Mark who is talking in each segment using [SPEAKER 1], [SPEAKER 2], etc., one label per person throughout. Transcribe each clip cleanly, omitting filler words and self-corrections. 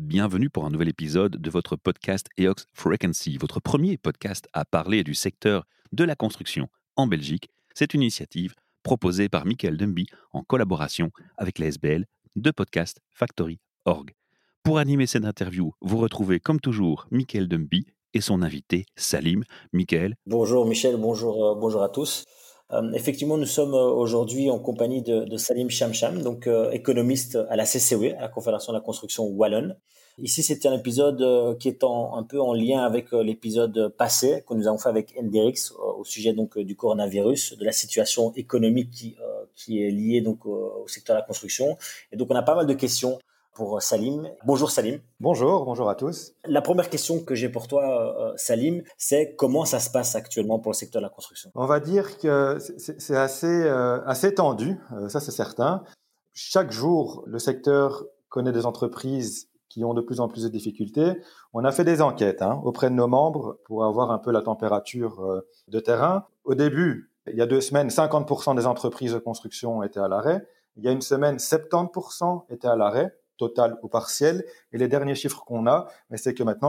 [SPEAKER 1] bienvenue pour un nouvel épisode de votre podcast EOX Frequency, votre premier podcast à parler du secteur de la construction en Belgique. C'est une initiative proposée par Michael Dumby en collaboration avec la SBL de Podcast Factory Org. Pour animer cette interview, vous retrouvez comme toujours Michael Dumby et son invité Salim. Michael.
[SPEAKER 2] Bonjour Michel, bonjour à tous. Effectivement, nous sommes aujourd'hui en compagnie de Salim Chamcham, donc économiste à la CCOE, à la Confédération de la construction wallonne. Ici, c'est un épisode qui est un peu en lien avec l'épisode passé que nous avons fait avec Enderix au sujet donc du coronavirus, de la situation économique qui est liée donc au secteur de la construction. Et donc, on a pas mal de questions pour Salim. Bonjour Salim.
[SPEAKER 3] Bonjour à tous.
[SPEAKER 2] La première question que j'ai pour toi, Salim, c'est comment ça se passe actuellement pour le secteur de la construction?
[SPEAKER 3] On va dire que c'est assez tendu, ça c'est certain. Chaque jour, le secteur connaît des entreprises qui ont de plus en plus de difficultés. On a fait des enquêtes auprès de nos membres pour avoir un peu la température de terrain. Au début, il y a 2 semaines, 50% des entreprises de construction étaient à l'arrêt. Il y a une semaine, 70% étaient à l'arrêt, total ou partiel. Et les derniers chiffres qu'on a, c'est que maintenant,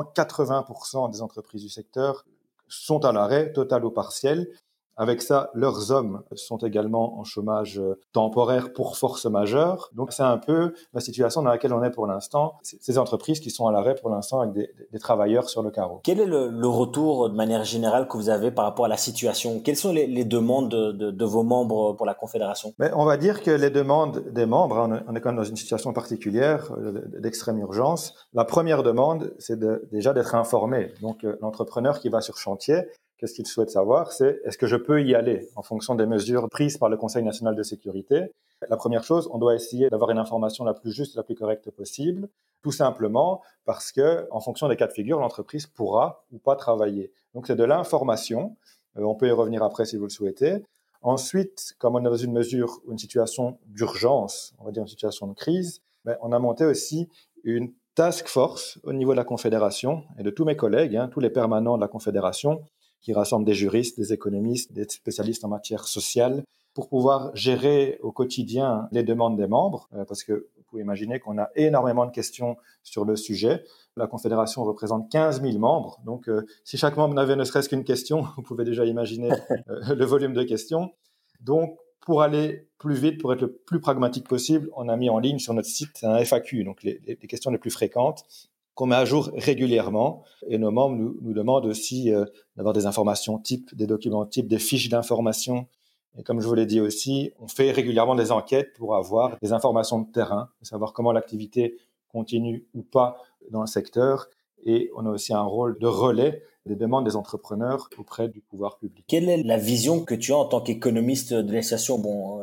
[SPEAKER 3] 80% des entreprises du secteur sont à l'arrêt, total ou partiel. Avec ça, leurs hommes sont également en chômage temporaire pour force majeure. Donc, c'est un peu la situation dans laquelle on est pour l'instant. Ces entreprises qui sont à l'arrêt pour l'instant avec des travailleurs sur le carreau.
[SPEAKER 2] Quel est le retour de manière générale que vous avez par rapport à la situation? Quelles sont les demandes de vos membres pour la Confédération?
[SPEAKER 3] On va dire que les demandes des membres, on est quand même dans une situation particulière d'extrême urgence. La première demande, c'est déjà d'être informé. Donc, l'entrepreneur qui va sur chantier, qu'est-ce qu'il souhaite savoir? C'est est-ce que je peux y aller en fonction des mesures prises par le Conseil national de sécurité? La première chose, on doit essayer d'avoir une information la plus juste et la plus correcte possible, tout simplement parce que, en fonction des cas de figure, l'entreprise pourra ou pas travailler. Donc, c'est de l'information. On peut y revenir après si vous le souhaitez. Ensuite, comme on est dans une mesure, une situation d'urgence, on va dire une situation de crise, on a monté aussi une task force au niveau de la Confédération et de tous mes collègues, tous les permanents de la Confédération, qui rassemble des juristes, des économistes, des spécialistes en matière sociale, pour pouvoir gérer au quotidien les demandes des membres, parce que vous pouvez imaginer qu'on a énormément de questions sur le sujet. La Confédération représente 15 000 membres, donc si chaque membre n'avait ne serait-ce qu'une question, vous pouvez déjà imaginer le volume de questions. Donc, pour aller plus vite, pour être le plus pragmatique possible, on a mis en ligne sur notre site un FAQ, donc les questions les plus fréquentes, qu'on met à jour régulièrement. Et nos membres nous demandent aussi d'avoir des informations types, des documents types, des fiches d'information. Et comme je vous l'ai dit aussi, on fait régulièrement des enquêtes pour avoir des informations de terrain, savoir comment l'activité continue ou pas dans le secteur. Et on a aussi un rôle de relais des demandes des entrepreneurs auprès du pouvoir public.
[SPEAKER 2] Quelle est la vision que tu as en tant qu'économiste de la situation?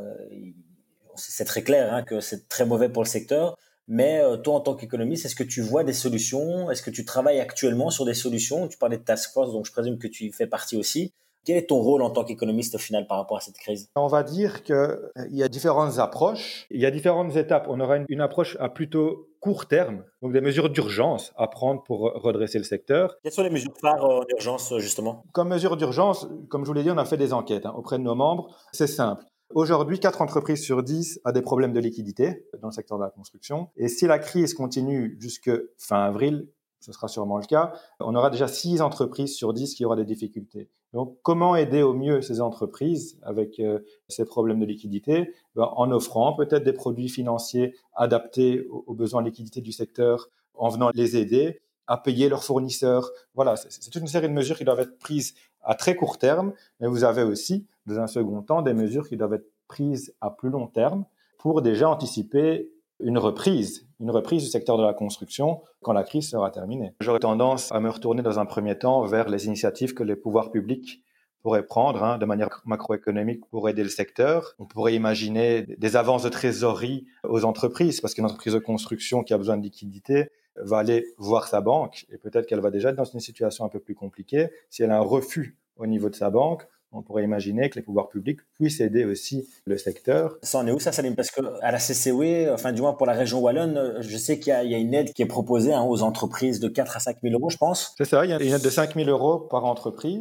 [SPEAKER 2] C'est très clair que c'est très mauvais pour le secteur. Mais toi, en tant qu'économiste, est-ce que tu vois des solutions? Est-ce que tu travailles actuellement sur des solutions? Tu parlais de task force, donc je présume que tu y fais partie aussi. Quel est ton rôle en tant qu'économiste au final par rapport à cette crise?
[SPEAKER 3] On va dire qu'il y a différentes approches, il y a différentes étapes. On aura une approche à plutôt court terme, donc des mesures d'urgence à prendre pour redresser le secteur.
[SPEAKER 2] Quelles sont les mesures phares d'urgence justement?
[SPEAKER 3] Comme mesure d'urgence, comme je vous l'ai dit, on a fait des enquêtes auprès de nos membres. C'est simple. Aujourd'hui, 4 entreprises sur 10 a des problèmes de liquidité dans le secteur de la construction. Et si la crise continue jusque fin avril, ce sera sûrement le cas, on aura déjà 6 entreprises sur 10 qui aura des difficultés. Donc, comment aider au mieux ces entreprises avec ces problèmes de liquidité? En offrant peut-être des produits financiers adaptés aux besoins de liquidité du secteur, en venant les aider à payer leurs fournisseurs. Voilà, c'est toute une série de mesures qui doivent être prises à très court terme, mais vous avez aussi, dans un second temps, des mesures qui doivent être prises à plus long terme pour déjà anticiper une reprise du secteur de la construction quand la crise sera terminée. J'aurais tendance à me retourner dans un premier temps vers les initiatives que les pouvoirs publics pourraient prendre de manière macroéconomique pour aider le secteur. On pourrait imaginer des avances de trésorerie aux entreprises, parce qu'une entreprise de construction qui a besoin de liquidité va aller voir sa banque et peut-être qu'elle va déjà être dans une situation un peu plus compliquée. Si elle a un refus au niveau de sa banque, on pourrait imaginer que les pouvoirs publics puissent aider aussi le secteur.
[SPEAKER 2] Ça en est où ça, Salim? Parce qu'à la CCOE, enfin du moins pour la région wallonne, je sais qu'il y a une aide qui est proposée aux entreprises de 4 à 5 000 euros, je pense.
[SPEAKER 3] C'est ça, il y a une aide de 5 000 euros par entreprise.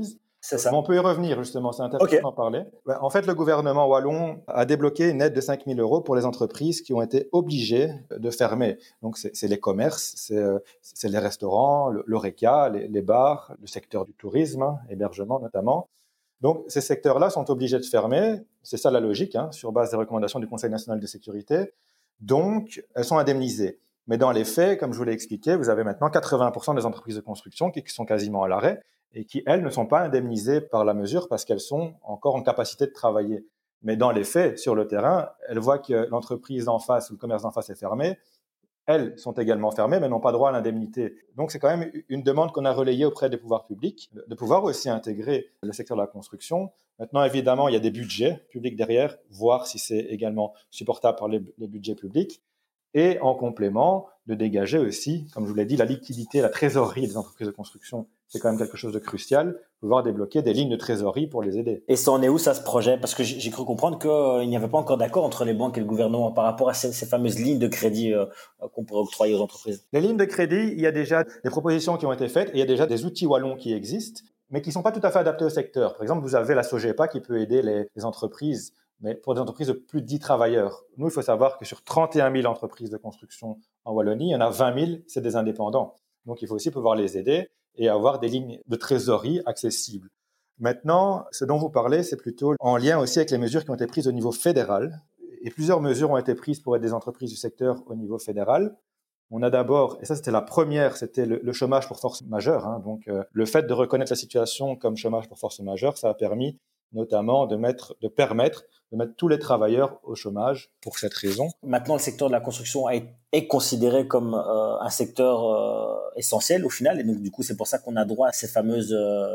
[SPEAKER 2] C'est ça.
[SPEAKER 3] On peut y revenir, justement, c'est intéressant d'en parler. En fait, le gouvernement wallon a débloqué une aide de 5 000 € pour les entreprises qui ont été obligées de fermer. Donc, c'est les commerces, c'est les restaurants, l'horeca, les bars, le secteur du tourisme, hébergement notamment. Donc, ces secteurs-là sont obligés de fermer. C'est ça la logique, sur base des recommandations du Conseil national de sécurité. Donc, elles sont indemnisées. Mais dans les faits, comme je vous l'ai expliqué, vous avez maintenant 80% des entreprises de construction qui sont quasiment à l'arrêt et qui, elles, ne sont pas indemnisées par la mesure parce qu'elles sont encore en capacité de travailler. Mais dans les faits, sur le terrain, elles voient que l'entreprise d'en face ou le commerce d'en face est fermé. Elles sont également fermées, mais n'ont pas droit à l'indemnité. Donc, c'est quand même une demande qu'on a relayée auprès des pouvoirs publics, de pouvoir aussi intégrer le secteur de la construction. Maintenant, évidemment, il y a des budgets publics derrière, voir si c'est également supportable par les budgets publics. Et en complément, de dégager aussi, comme je vous l'ai dit, la liquidité, la trésorerie des entreprises de construction, c'est quand même quelque chose de crucial, pouvoir débloquer des lignes de trésorerie pour les aider.
[SPEAKER 2] Et ça en est où, ça, ce projet? Parce que j'ai cru comprendre qu'il n'y avait pas encore d'accord entre les banques et le gouvernement par rapport à ces fameuses lignes de crédit qu'on pourrait octroyer aux entreprises.
[SPEAKER 3] Les lignes de crédit, il y a déjà des propositions qui ont été faites et il y a déjà des outils wallons qui existent, mais qui ne sont pas tout à fait adaptés au secteur. Par exemple, vous avez la SOGEPA qui peut aider les entreprises, mais pour des entreprises de plus de 10 travailleurs. Nous, il faut savoir que sur 31 000 entreprises de construction en Wallonie, il y en a 20 000, c'est des indépendants. Donc, il faut aussi pouvoir les aider et avoir des lignes de trésorerie accessibles. Maintenant, ce dont vous parlez, c'est plutôt en lien aussi avec les mesures qui ont été prises au niveau fédéral. Et plusieurs mesures ont été prises pour aider des entreprises du secteur au niveau fédéral. On a d'abord, et ça c'était la première, c'était le chômage pour force majeure. Donc, le fait de reconnaître la situation comme chômage pour force majeure, ça a permis notamment de permettre de mettre tous les travailleurs au chômage pour cette raison.
[SPEAKER 2] Maintenant, le secteur de la construction est considéré comme un secteur essentiel au final, et donc du coup c'est pour ça qu'on a droit à ces fameuses,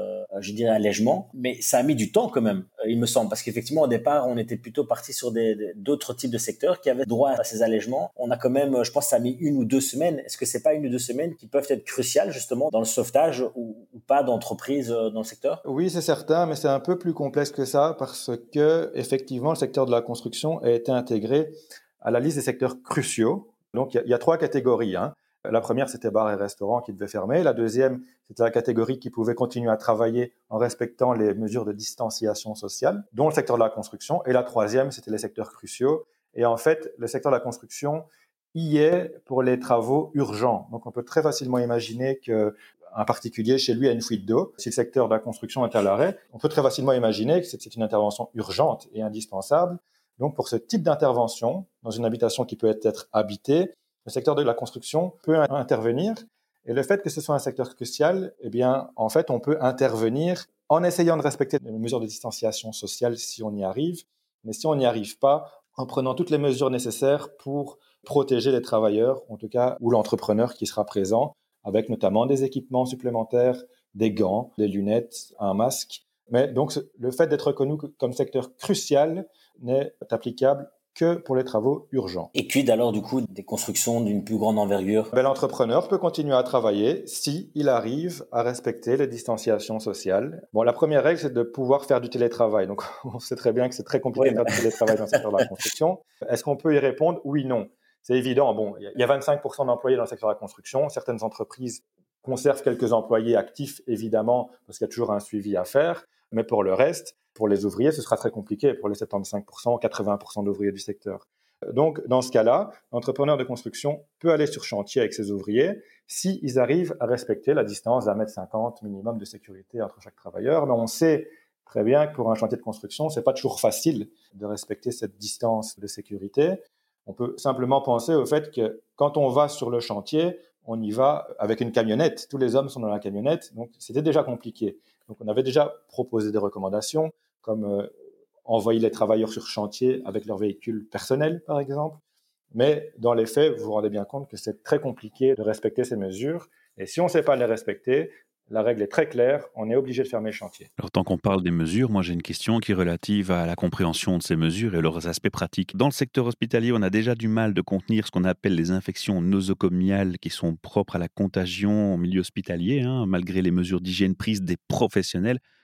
[SPEAKER 2] je dirais, allègements. Mais ça a mis du temps quand même, il me semble, parce qu'effectivement au départ on était plutôt parti sur d'autres types de secteurs qui avaient droit à ces allègements. On a quand même, je pense, que ça a mis 1 ou 2 semaines. Est-ce que c'est pas 1 ou 2 semaines qui peuvent être cruciales justement dans le sauvetage ou pas d'entreprises dans le secteur?
[SPEAKER 3] Oui, c'est certain, mais c'est un peu plus complexe que ça parce que effectivement le secteur de la construction a été intégré à la liste des secteurs cruciaux. Donc, il y a 3 catégories. La première, c'était bars et restaurants qui devaient fermer. La deuxième, c'était la catégorie qui pouvait continuer à travailler en respectant les mesures de distanciation sociale, dont le secteur de la construction. Et la troisième, c'était les secteurs cruciaux. Et en fait, le secteur de la construction y est pour les travaux urgents. Donc, on peut très facilement imaginer qu'un particulier, chez lui, a une fuite d'eau. Si le secteur de la construction est à l'arrêt, on peut très facilement imaginer que c'est une intervention urgente et indispensable. Donc, pour ce type d'intervention, dans une habitation qui peut être habitée, le secteur de la construction peut intervenir. Et le fait que ce soit un secteur crucial, eh bien, en fait, on peut intervenir en essayant de respecter les mesures de distanciation sociale si on y arrive. Mais si on n'y arrive pas, en prenant toutes les mesures nécessaires pour protéger les travailleurs, en tout cas, ou l'entrepreneur qui sera présent, avec notamment des équipements supplémentaires, des gants, des lunettes, un masque. Mais donc, le fait d'être reconnu comme secteur crucial n'est applicable que pour les travaux urgents.
[SPEAKER 2] Et quid alors du coup des constructions d'une plus grande envergure?
[SPEAKER 3] L'entrepreneur peut continuer à travailler si il arrive à respecter les distanciations sociales. Bon, la première règle, c'est de pouvoir faire du télétravail. Donc, on sait très bien que c'est très compliqué de faire du télétravail dans le secteur de la construction. Est-ce qu'on peut y répondre? Oui, non. C'est évident. Bon, il y a 25% d'employés dans le secteur de la construction. Certaines entreprises conservent quelques employés actifs, évidemment, parce qu'il y a toujours un suivi à faire. Mais pour le reste, pour les ouvriers, ce sera très compliqué pour les 75%, 80% d'ouvriers du secteur. Donc, dans ce cas-là, l'entrepreneur de construction peut aller sur chantier avec ses ouvriers s'ils arrivent à respecter la distance d'1,50 m minimum de sécurité entre chaque travailleur. Mais on sait très bien que pour un chantier de construction, c'est pas toujours facile de respecter cette distance de sécurité. On peut simplement penser au fait que quand on va sur le chantier, on y va avec une camionnette. Tous les hommes sont dans la camionnette, donc c'était déjà compliqué. Donc, on avait déjà proposé des recommandations comme envoyer les travailleurs sur chantier avec leur véhicule personnel, par exemple. Mais dans les faits, vous vous rendez bien compte que c'est très compliqué de respecter ces mesures. Et si on ne sait pas les respecter, la règle est très claire, on est obligé de fermer le chantier.
[SPEAKER 1] Alors, tant qu'on parle des mesures, moi j'ai une question qui est relative à la compréhension de ces mesures et leurs aspects pratiques. Dans le secteur hospitalier, on a déjà du mal de contenir ce qu'on appelle les infections nosocomiales qui sont propres à la contagion en milieu hospitalier, malgré les mesures d'hygiène prises des professionnels.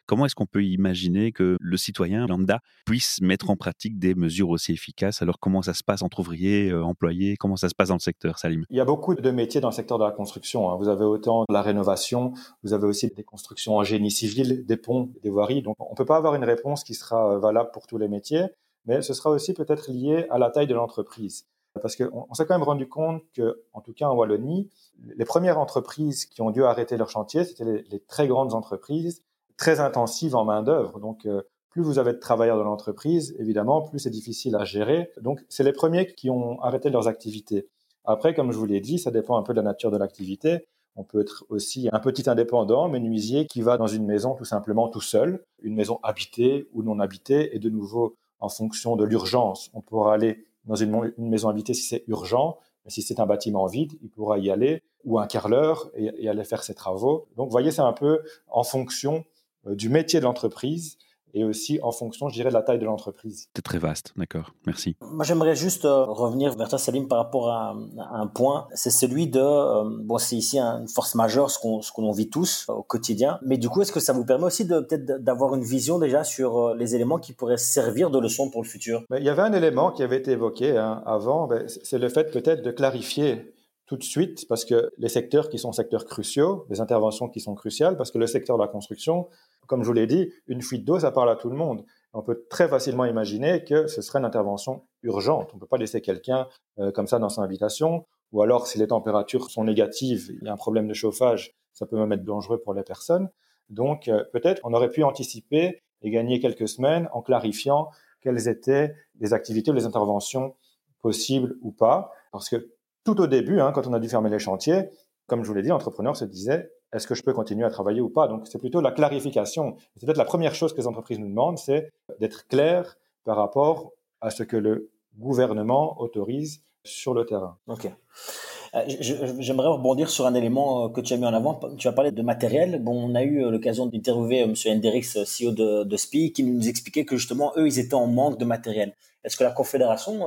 [SPEAKER 1] Comment est-ce qu'on peut imaginer que le citoyen lambda puisse mettre en pratique des mesures aussi efficaces? Alors comment ça se passe entre ouvriers, employés? Comment ça se passe dans le secteur, Salim?
[SPEAKER 3] Il y a beaucoup de métiers dans le secteur de la construction, hein. Vous avez autant la rénovation, vous avez aussi des constructions en génie civil, des ponts, des voiries. Donc, on ne peut pas avoir une réponse qui sera valable pour tous les métiers, mais ce sera aussi peut-être lié à la taille de l'entreprise. Parce qu'on s'est quand même rendu compte que, en tout cas en Wallonie, les premières entreprises qui ont dû arrêter leur chantier, c'était les très grandes entreprises, très intensives en main-d'œuvre. Donc, plus vous avez de travailleurs dans l'entreprise, évidemment, plus c'est difficile à gérer. Donc, c'est les premiers qui ont arrêté leurs activités. Après, comme je vous l'ai dit, ça dépend un peu de la nature de l'activité. On peut être aussi un petit indépendant, menuisier, qui va dans une maison tout simplement tout seul, une maison habitée ou non habitée, et de nouveau, en fonction de l'urgence, on pourra aller dans une maison habitée si c'est urgent, mais si c'est un bâtiment vide, il pourra y aller, ou un carreleur, et aller faire ses travaux. Donc, vous voyez, c'est un peu en fonction du métier de l'entreprise, et aussi en fonction, je dirais, de la taille de l'entreprise.
[SPEAKER 1] C'est très vaste, d'accord, merci.
[SPEAKER 2] Moi, j'aimerais juste revenir vers toi, Salim, par rapport à un point. C'est celui de, bon, c'est ici une force majeure, ce qu'on vit tous au quotidien. Mais du coup, est-ce que ça vous permet aussi peut-être d'avoir une vision déjà sur les éléments qui pourraient servir de leçon pour le futur?
[SPEAKER 3] Il y avait un élément qui avait été évoqué avant, c'est le fait peut-être de clarifier tout de suite, parce que les secteurs qui sont secteurs cruciaux, les interventions qui sont cruciales, parce que le secteur de la construction, comme je vous l'ai dit, une fuite d'eau, ça parle à tout le monde. On peut très facilement imaginer que ce serait une intervention urgente. On ne peut pas laisser quelqu'un comme ça dans son habitation, ou alors si les températures sont négatives, il y a un problème de chauffage, ça peut même être dangereux pour les personnes. Donc peut-être on aurait pu anticiper et gagner quelques semaines en clarifiant quelles étaient les activités ou les interventions possibles ou pas. Parce que tout au début, quand on a dû fermer les chantiers, comme je vous l'ai dit, l'entrepreneur se disait, est-ce que je peux continuer à travailler ou pas? Donc, c'est plutôt la clarification. C'est peut-être la première chose que les entreprises nous demandent, c'est d'être clair par rapport à ce que le gouvernement autorise sur le terrain.
[SPEAKER 2] Ok. J'aimerais rebondir sur un élément que tu as mis en avant. Tu as parlé de matériel. Bon, on a eu l'occasion d'interviewer M. Hendricks, CEO de SPI, qui nous expliquait que justement, eux, ils étaient en manque de matériel. Est-ce que la Confédération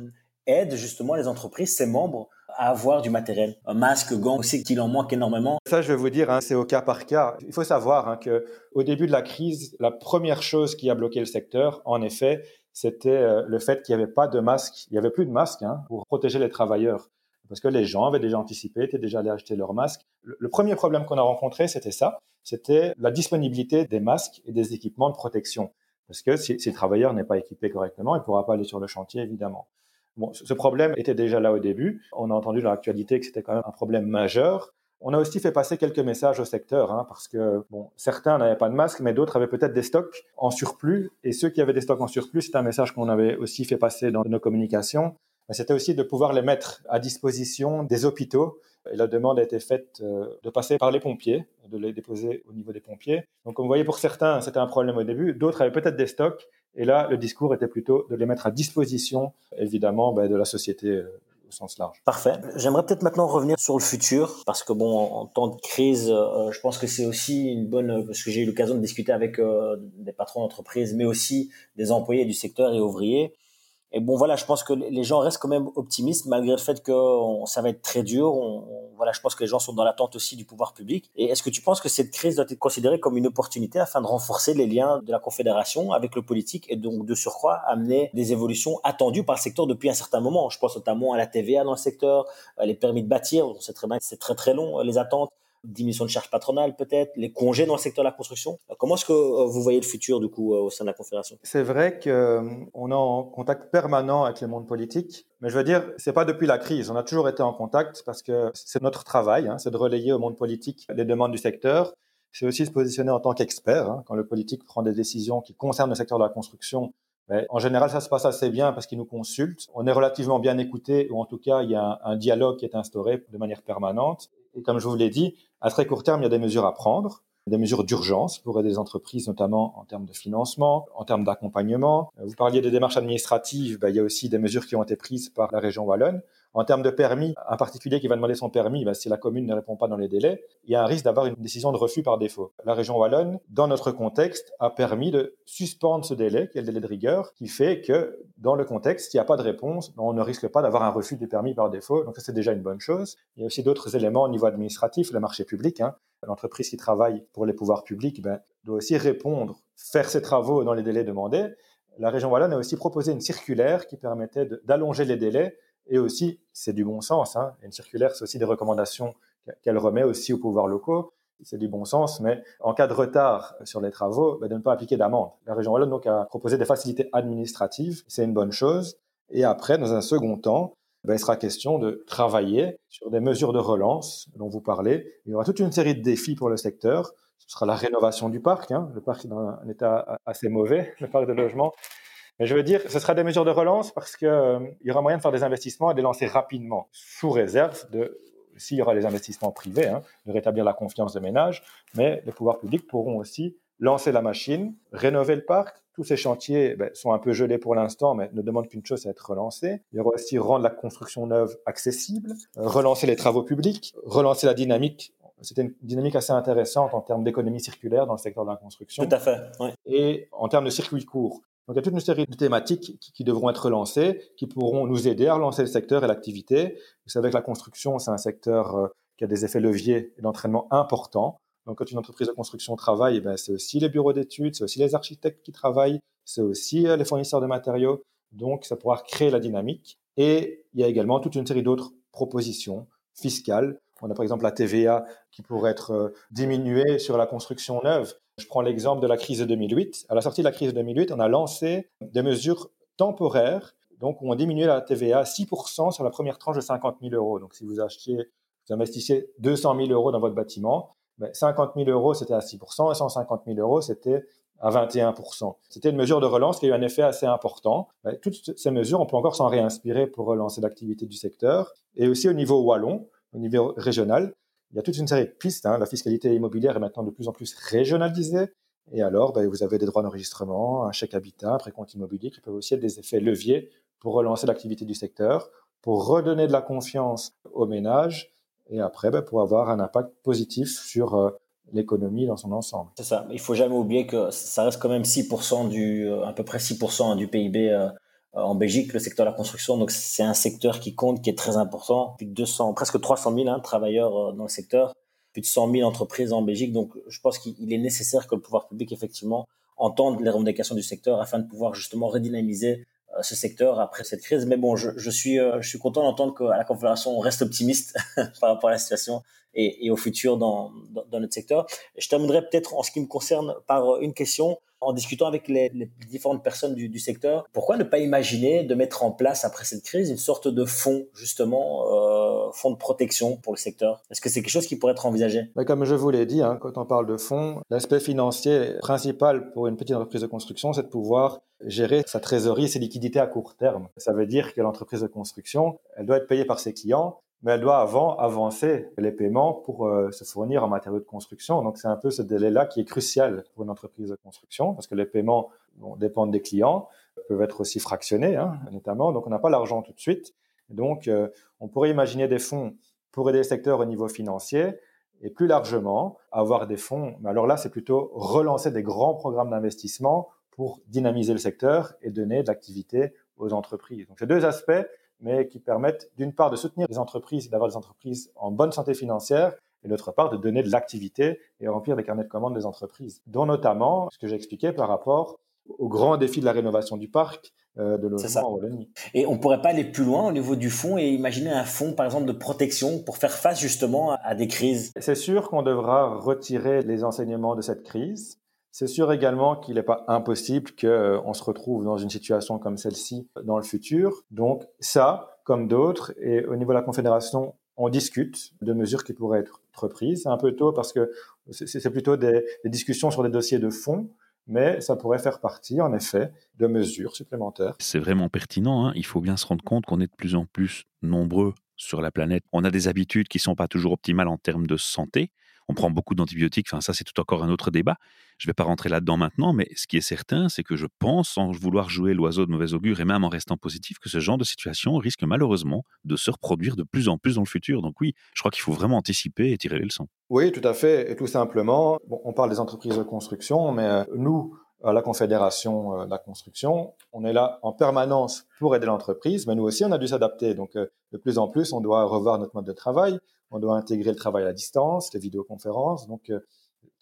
[SPEAKER 2] aide justement les entreprises, ses membres, à avoir du matériel? Un masque, gants, aussi qu'il en manque énormément.
[SPEAKER 3] Ça, je vais vous dire, c'est au cas par cas. Il faut savoir qu'au début de la crise, la première chose qui a bloqué le secteur, en effet, c'était le fait qu'il n'y avait pas de masques. Il n'y avait plus de masques pour protéger les travailleurs. Parce que les gens avaient déjà anticipé, étaient déjà allés acheter leurs masques. Le premier problème qu'on a rencontré, c'était ça. C'était la disponibilité des masques et des équipements de protection. Parce que si le travailleur n'est pas équipé correctement, il ne pourra pas aller sur le chantier, évidemment. Bon, ce problème était déjà là au début. On a entendu dans l'actualité que c'était quand même un problème majeur. On a aussi fait passer quelques messages au secteur, parce que certains n'avaient pas de masque, mais d'autres avaient peut-être des stocks en surplus. Et ceux qui avaient des stocks en surplus, c'est un message qu'on avait aussi fait passer dans nos communications. Mais c'était aussi de pouvoir les mettre à disposition des hôpitaux. Et la demande a été faite de passer par les pompiers, de les déposer au niveau des pompiers. Donc, comme vous voyez, pour certains, c'était un problème au début. D'autres avaient peut-être des stocks. Et là, le discours était plutôt de les mettre à disposition, évidemment, de la société au sens large.
[SPEAKER 2] Parfait. J'aimerais peut-être maintenant revenir sur le futur, parce que en temps de crise, je pense que c'est aussi une bonne, parce que j'ai eu l'occasion de discuter avec des patrons d'entreprise, mais aussi des employés du secteur et ouvriers. Et bon, voilà, je pense que les gens restent quand même optimistes, malgré le fait que ça va être très dur. Voilà, je pense que les gens sont dans l'attente aussi du pouvoir public. Et est-ce que tu penses que cette crise doit être considérée comme une opportunité afin de renforcer les liens de la Confédération avec le politique et donc de surcroît amener des évolutions attendues par le secteur depuis un certain moment? Je pense notamment à la TVA dans le secteur, les permis de bâtir, on sait très bien que c'est très très long, les attentes. Diminution de charges patronales peut-être, les congés dans le secteur de la construction. Comment est-ce que vous voyez le futur du coup au sein de la Confédération?
[SPEAKER 3] C'est vrai qu'on est en contact permanent avec le monde politique, mais je veux dire, c'est pas depuis la crise. On a toujours été en contact parce que c'est notre travail, c'est de relayer au monde politique les demandes du secteur. C'est aussi se positionner en tant qu'expert quand le politique prend des décisions qui concernent le secteur de la construction. Mais en général, ça se passe assez bien parce qu'ils nous consultent. On est relativement bien écoutés, ou en tout cas, il y a un dialogue qui est instauré de manière permanente. Et comme je vous l'ai dit, à très court terme, il y a des mesures à prendre, des mesures d'urgence pour aider les entreprises, notamment en termes de financement, en termes d'accompagnement. Vous parliez des démarches administratives, il y a aussi des mesures qui ont été prises par la région wallonne. En termes de permis, un particulier qui va demander son permis, si la commune ne répond pas dans les délais, il y a un risque d'avoir une décision de refus par défaut. La région wallonne, dans notre contexte, a permis de suspendre ce délai, qui est le délai de rigueur, qui fait que dans le contexte, s'il n'y a pas de réponse, on ne risque pas d'avoir un refus du permis par défaut. Donc ça, c'est déjà une bonne chose. Il y a aussi d'autres éléments au niveau administratif, le marché public. L'entreprise qui travaille pour les pouvoirs publics doit aussi répondre, faire ses travaux dans les délais demandés. La région Wallonne a aussi proposé une circulaire qui permettait d'allonger les délais et aussi, c'est du bon sens, hein, une circulaire, c'est aussi des recommandations qu'elle remet aussi aux pouvoirs locaux. C'est du bon sens, mais en cas de retard sur les travaux, de ne pas appliquer d'amende. La région Wallonne donc, a proposé des facilités administratives, c'est une bonne chose. Et après, dans un second temps, il sera question de travailler sur des mesures de relance dont vous parlez. Il y aura toute une série de défis pour le secteur. Ce sera la rénovation du parc. Le parc est dans un état assez mauvais, le parc de logement. Mais je veux dire, ce sera des mesures de relance parce qu'il y aura moyen de faire des investissements et de les lancer rapidement, sous réserve s'il y aura des investissements privés, de rétablir la confiance des ménages, mais les pouvoirs publics pourront aussi lancer la machine, rénover le parc. Tous ces chantiers sont un peu gelés pour l'instant, mais ne demandent qu'une chose, c'est d'être relancés. Il y aura aussi rendre la construction neuve accessible, relancer les travaux publics, relancer la dynamique. C'était une dynamique assez intéressante en termes d'économie circulaire dans le secteur de la construction.
[SPEAKER 2] Tout à fait, oui.
[SPEAKER 3] Et en termes de circuits courts. Donc, il y a toute une série de thématiques qui devront être lancées, qui pourront nous aider à relancer le secteur et l'activité. Vous savez que la construction, c'est un secteur qui a des effets leviers et d'entraînement importants. Donc, quand une entreprise de construction travaille, c'est aussi les bureaux d'études, c'est aussi les architectes qui travaillent, c'est aussi les fournisseurs de matériaux. Donc, ça pourra créer la dynamique. Et il y a également toute une série d'autres propositions fiscales. On a par exemple la TVA qui pourrait être diminuée sur la construction neuve. Je prends l'exemple de la crise de 2008. À la sortie de la crise de 2008, on a lancé des mesures temporaires. Donc, on diminuait la TVA à 6% sur la première tranche de 50 000 euros. Donc, si vous investissiez 200 000 euros dans votre bâtiment, 50 000 euros, c'était à 6% et 150 000 euros, c'était à 21%. C'était une mesure de relance qui a eu un effet assez important. Toutes ces mesures, on peut encore s'en réinspirer pour relancer l'activité du secteur. Et aussi au niveau wallon, au niveau régional, il y a toute une série de pistes. La fiscalité immobilière est maintenant de plus en plus régionalisée. Et alors, vous avez des droits d'enregistrement, un chèque habitat, un précompte immobilier qui peuvent aussi être des effets leviers pour relancer l'activité du secteur, pour redonner de la confiance aux ménages et après, pour avoir un impact positif sur l'économie dans son ensemble.
[SPEAKER 2] C'est ça. Il ne faut jamais oublier que ça reste quand même 6% à peu près 6% du PIB en Belgique, le secteur de la construction. Donc, c'est un secteur qui compte, qui est très important. Plus de 200, presque 300 000 travailleurs dans le secteur, plus de 100 000 entreprises en Belgique. Donc, je pense qu'il est nécessaire que le pouvoir public, effectivement, entende les revendications du secteur afin de pouvoir justement redynamiser ce secteur après cette crise. Mais bon, je suis content d'entendre qu'à la Confédération, on reste optimiste par rapport à la situation et au futur dans notre secteur. Je terminerai peut-être en ce qui me concerne par une question. En discutant avec les différentes personnes du secteur, pourquoi ne pas imaginer de mettre en place après cette crise une sorte de fonds, justement, fonds de protection pour le secteur? Est-ce que c'est quelque chose qui pourrait être envisagé?
[SPEAKER 3] Comme je vous l'ai dit, quand on parle de fonds, l'aspect financier principal pour une petite entreprise de construction, c'est de pouvoir gérer sa trésorerie, ses liquidités à court terme. Ça veut dire que l'entreprise de construction, elle doit être payée par ses clients, mais elle doit avancer les paiements pour se fournir en matériaux de construction. Donc, c'est un peu ce délai-là qui est crucial pour une entreprise de construction, parce que les paiements dépendent des clients, peuvent être aussi fractionnés, notamment. Donc, on n'a pas l'argent tout de suite. Donc, on pourrait imaginer des fonds pour aider le secteur au niveau financier et plus largement avoir des fonds. Mais alors là, c'est plutôt relancer des grands programmes d'investissement pour dynamiser le secteur et donner de l'activité aux entreprises. Donc, c'est deux aspects, mais qui permettent d'une part de soutenir les entreprises et d'avoir des entreprises en bonne santé financière et d'autre part de donner de l'activité et remplir les carnets de commandes des entreprises, dont notamment ce que j'ai expliqué par rapport au grand défi de la rénovation du parc de logement en Wallonie.
[SPEAKER 2] Et on ne pourrait pas aller plus loin au niveau du fonds et imaginer un fonds, par exemple, de protection pour faire face justement à des crises?
[SPEAKER 3] C'est sûr qu'on devra retirer les enseignements de cette crise. C'est sûr également qu'il n'est pas impossible qu'on se retrouve dans une situation comme celle-ci dans le futur. Donc ça, comme d'autres, et au niveau de la Confédération, on discute de mesures qui pourraient être prises. C'est un peu tôt parce que c'est plutôt des discussions sur des dossiers de fond, mais ça pourrait faire partie, en effet, de mesures supplémentaires.
[SPEAKER 1] C'est vraiment pertinent. Il faut bien se rendre compte qu'on est de plus en plus nombreux sur la planète. On a des habitudes qui ne sont pas toujours optimales en termes de santé. On prend beaucoup d'antibiotiques, ça c'est tout encore un autre débat. Je ne vais pas rentrer là-dedans maintenant, mais ce qui est certain, c'est que je pense, sans vouloir jouer l'oiseau de mauvais augure et même en restant positif, que ce genre de situation risque malheureusement de se reproduire de plus en plus dans le futur. Donc oui, je crois qu'il faut vraiment anticiper et tirer les leçons.
[SPEAKER 3] Oui, tout à fait. Et tout simplement, on parle des entreprises de construction, mais nous, à la Confédération de la construction, on est là en permanence pour aider l'entreprise, mais nous aussi, on a dû s'adapter. Donc, de plus en plus, on doit revoir notre mode de travail, on doit intégrer le travail à distance, les vidéoconférences. Donc,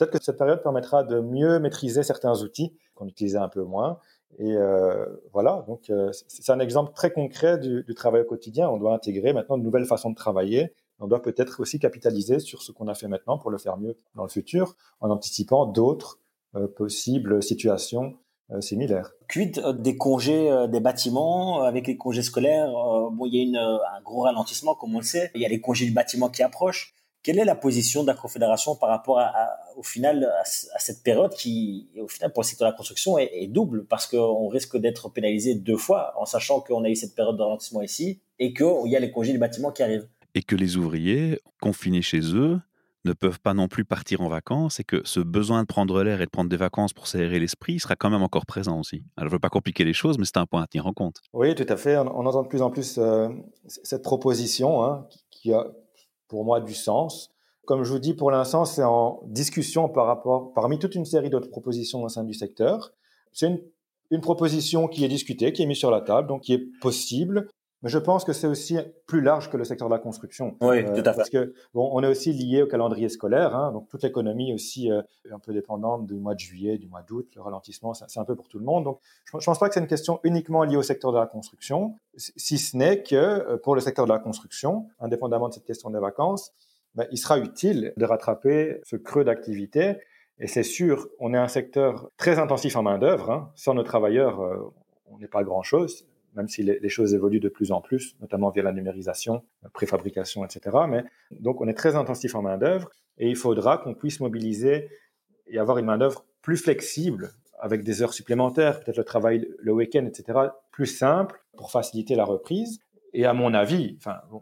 [SPEAKER 3] peut-être que cette période permettra de mieux maîtriser certains outils qu'on utilisait un peu moins. Et voilà, donc c'est un exemple très concret du travail au quotidien. On doit intégrer maintenant de nouvelles façons de travailler. On doit peut-être aussi capitaliser sur ce qu'on a fait maintenant pour le faire mieux dans le futur, en anticipant d'autres possibles situations similaires.
[SPEAKER 2] Quid des congés des bâtiments avec les congés scolaires? Bon, il y a un gros ralentissement, comme on le sait. Il y a les congés du bâtiment qui approchent. Quelle est la position de la Confédération par rapport au final à cette période qui, au final, pour le secteur de la construction, est double parce qu'on risque d'être pénalisé 2 fois en sachant qu'on a eu cette période de ralentissement ici et qu'il y a les congés du bâtiment qui arrivent.
[SPEAKER 1] Et que les ouvriers, confinés chez eux, ne peuvent pas non plus partir en vacances et que ce besoin de prendre l'air et de prendre des vacances pour s'aérer l'esprit sera quand même encore présent aussi. Alors, je ne veux pas compliquer les choses, mais c'est un point à tenir en compte.
[SPEAKER 3] Oui, tout à fait. On entend de plus en plus cette proposition hein, qui a, pour moi, du sens. Comme je vous dis, pour l'instant, c'est en discussion parmi toute une série d'autres propositions au sein du secteur. C'est une proposition qui est discutée, qui est mise sur la table, donc qui est possible. Mais je pense que c'est aussi plus large que le secteur de la construction.
[SPEAKER 2] Oui, tout à fait.
[SPEAKER 3] Parce que bon, on est aussi lié au calendrier scolaire, hein, donc toute l'économie aussi est un peu dépendante du mois de juillet, du mois d'août. Le ralentissement, c'est un peu pour tout le monde. Donc, je pense pas que c'est une question uniquement liée au secteur de la construction, si ce n'est que pour le secteur de la construction, indépendamment de cette question des vacances, il sera utile de rattraper ce creux d'activité. Et c'est sûr, on est un secteur très intensif en main-d'œuvre. Hein. Sans nos travailleurs, on n'est pas grand-chose, même si les choses évoluent de plus en plus, notamment via la numérisation, la préfabrication, etc. Mais donc, on est très intensif en main-d'œuvre et il faudra qu'on puisse mobiliser et avoir une main-d'œuvre plus flexible, avec des heures supplémentaires, peut-être le travail le week-end, etc., plus simple pour faciliter la reprise. Et à mon avis,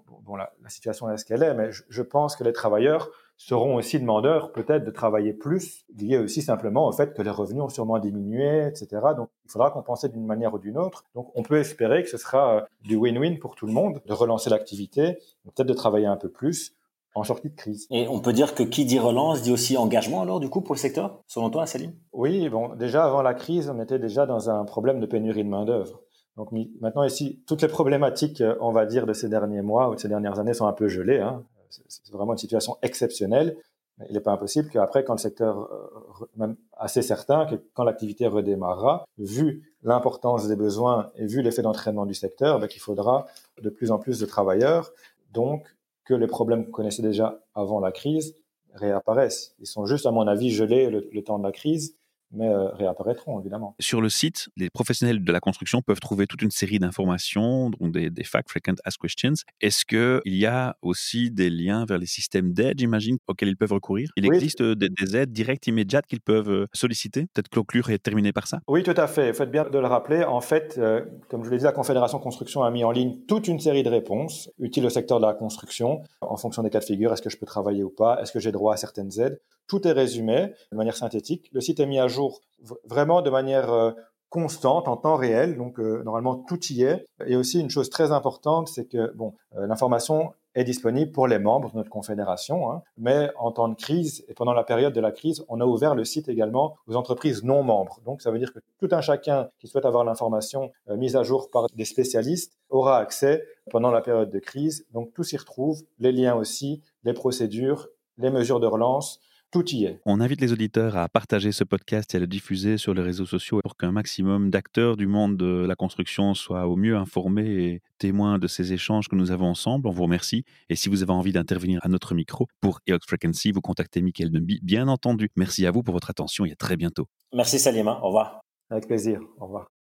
[SPEAKER 3] la situation est ce qu'elle est, mais je pense que les travailleurs seront aussi demandeurs peut-être de travailler plus, lié aussi simplement au fait que les revenus ont sûrement diminué, etc. Donc, il faudra compenser d'une manière ou d'une autre. Donc, on peut espérer que ce sera du win-win pour tout le monde, de relancer l'activité, peut-être de travailler un peu plus en sortie de crise.
[SPEAKER 2] Et on peut dire que qui dit relance dit aussi engagement alors du coup pour le secteur, selon toi, Salim?
[SPEAKER 3] Oui, bon, déjà avant la crise, on était déjà dans un problème de pénurie de main-d'œuvre. Donc maintenant ici, toutes les problématiques, on va dire, de ces derniers mois ou de ces dernières années sont un peu gelées. Hein. C'est vraiment une situation exceptionnelle. Il n'est pas impossible qu'après, quand le secteur, même assez certain, que quand l'activité redémarrera, vu l'importance des besoins et vu l'effet d'entraînement du secteur, qu'il faudra de plus en plus de travailleurs. Donc, que les problèmes qu'on connaissait déjà avant la crise réapparaissent. Ils sont juste, à mon avis, gelés le temps de la crise, mais réapparaîtront, évidemment.
[SPEAKER 1] Sur le site, les professionnels de la construction peuvent trouver toute une série d'informations, dont des FAQ, Frequent Asked Questions. Est-ce qu'il y a aussi des liens vers les systèmes d'aide, j'imagine, auxquels ils peuvent recourir? Il existe des aides directes, immédiates qu'ils peuvent solliciter? Peut-être conclure et terminer par ça?
[SPEAKER 3] Oui, tout à fait. Vous faites bien de le rappeler. En fait, comme je l'ai dit, la Confédération Construction a mis en ligne toute une série de réponses utiles au secteur de la construction, en fonction des cas de figure. Est-ce que je peux travailler ou pas? Est-ce que j'ai droit à certaines aides? Tout est résumé de manière synthétique. Le site est mis à jour vraiment de manière constante, en temps réel. Donc, normalement, tout y est. Et aussi, une chose très importante, c'est que l'information est disponible pour les membres de notre confédération. Hein. Mais en temps de crise et pendant la période de la crise, on a ouvert le site également aux entreprises non membres. Donc, ça veut dire que tout un chacun qui souhaite avoir l'information mise à jour par des spécialistes aura accès pendant la période de crise. Donc, tout s'y retrouve, les liens aussi, les procédures, les mesures de relance. Tout y est.
[SPEAKER 1] On invite les auditeurs à partager ce podcast et à le diffuser sur les réseaux sociaux pour qu'un maximum d'acteurs du monde de la construction soient au mieux informés et témoins de ces échanges que nous avons ensemble. On vous remercie. Et si vous avez envie d'intervenir à notre micro pour EOX Frequency, vous contactez Michael Dumby, bien entendu. Merci à vous pour votre attention et à très bientôt.
[SPEAKER 2] Merci Salim, au revoir.
[SPEAKER 3] Avec plaisir, au revoir.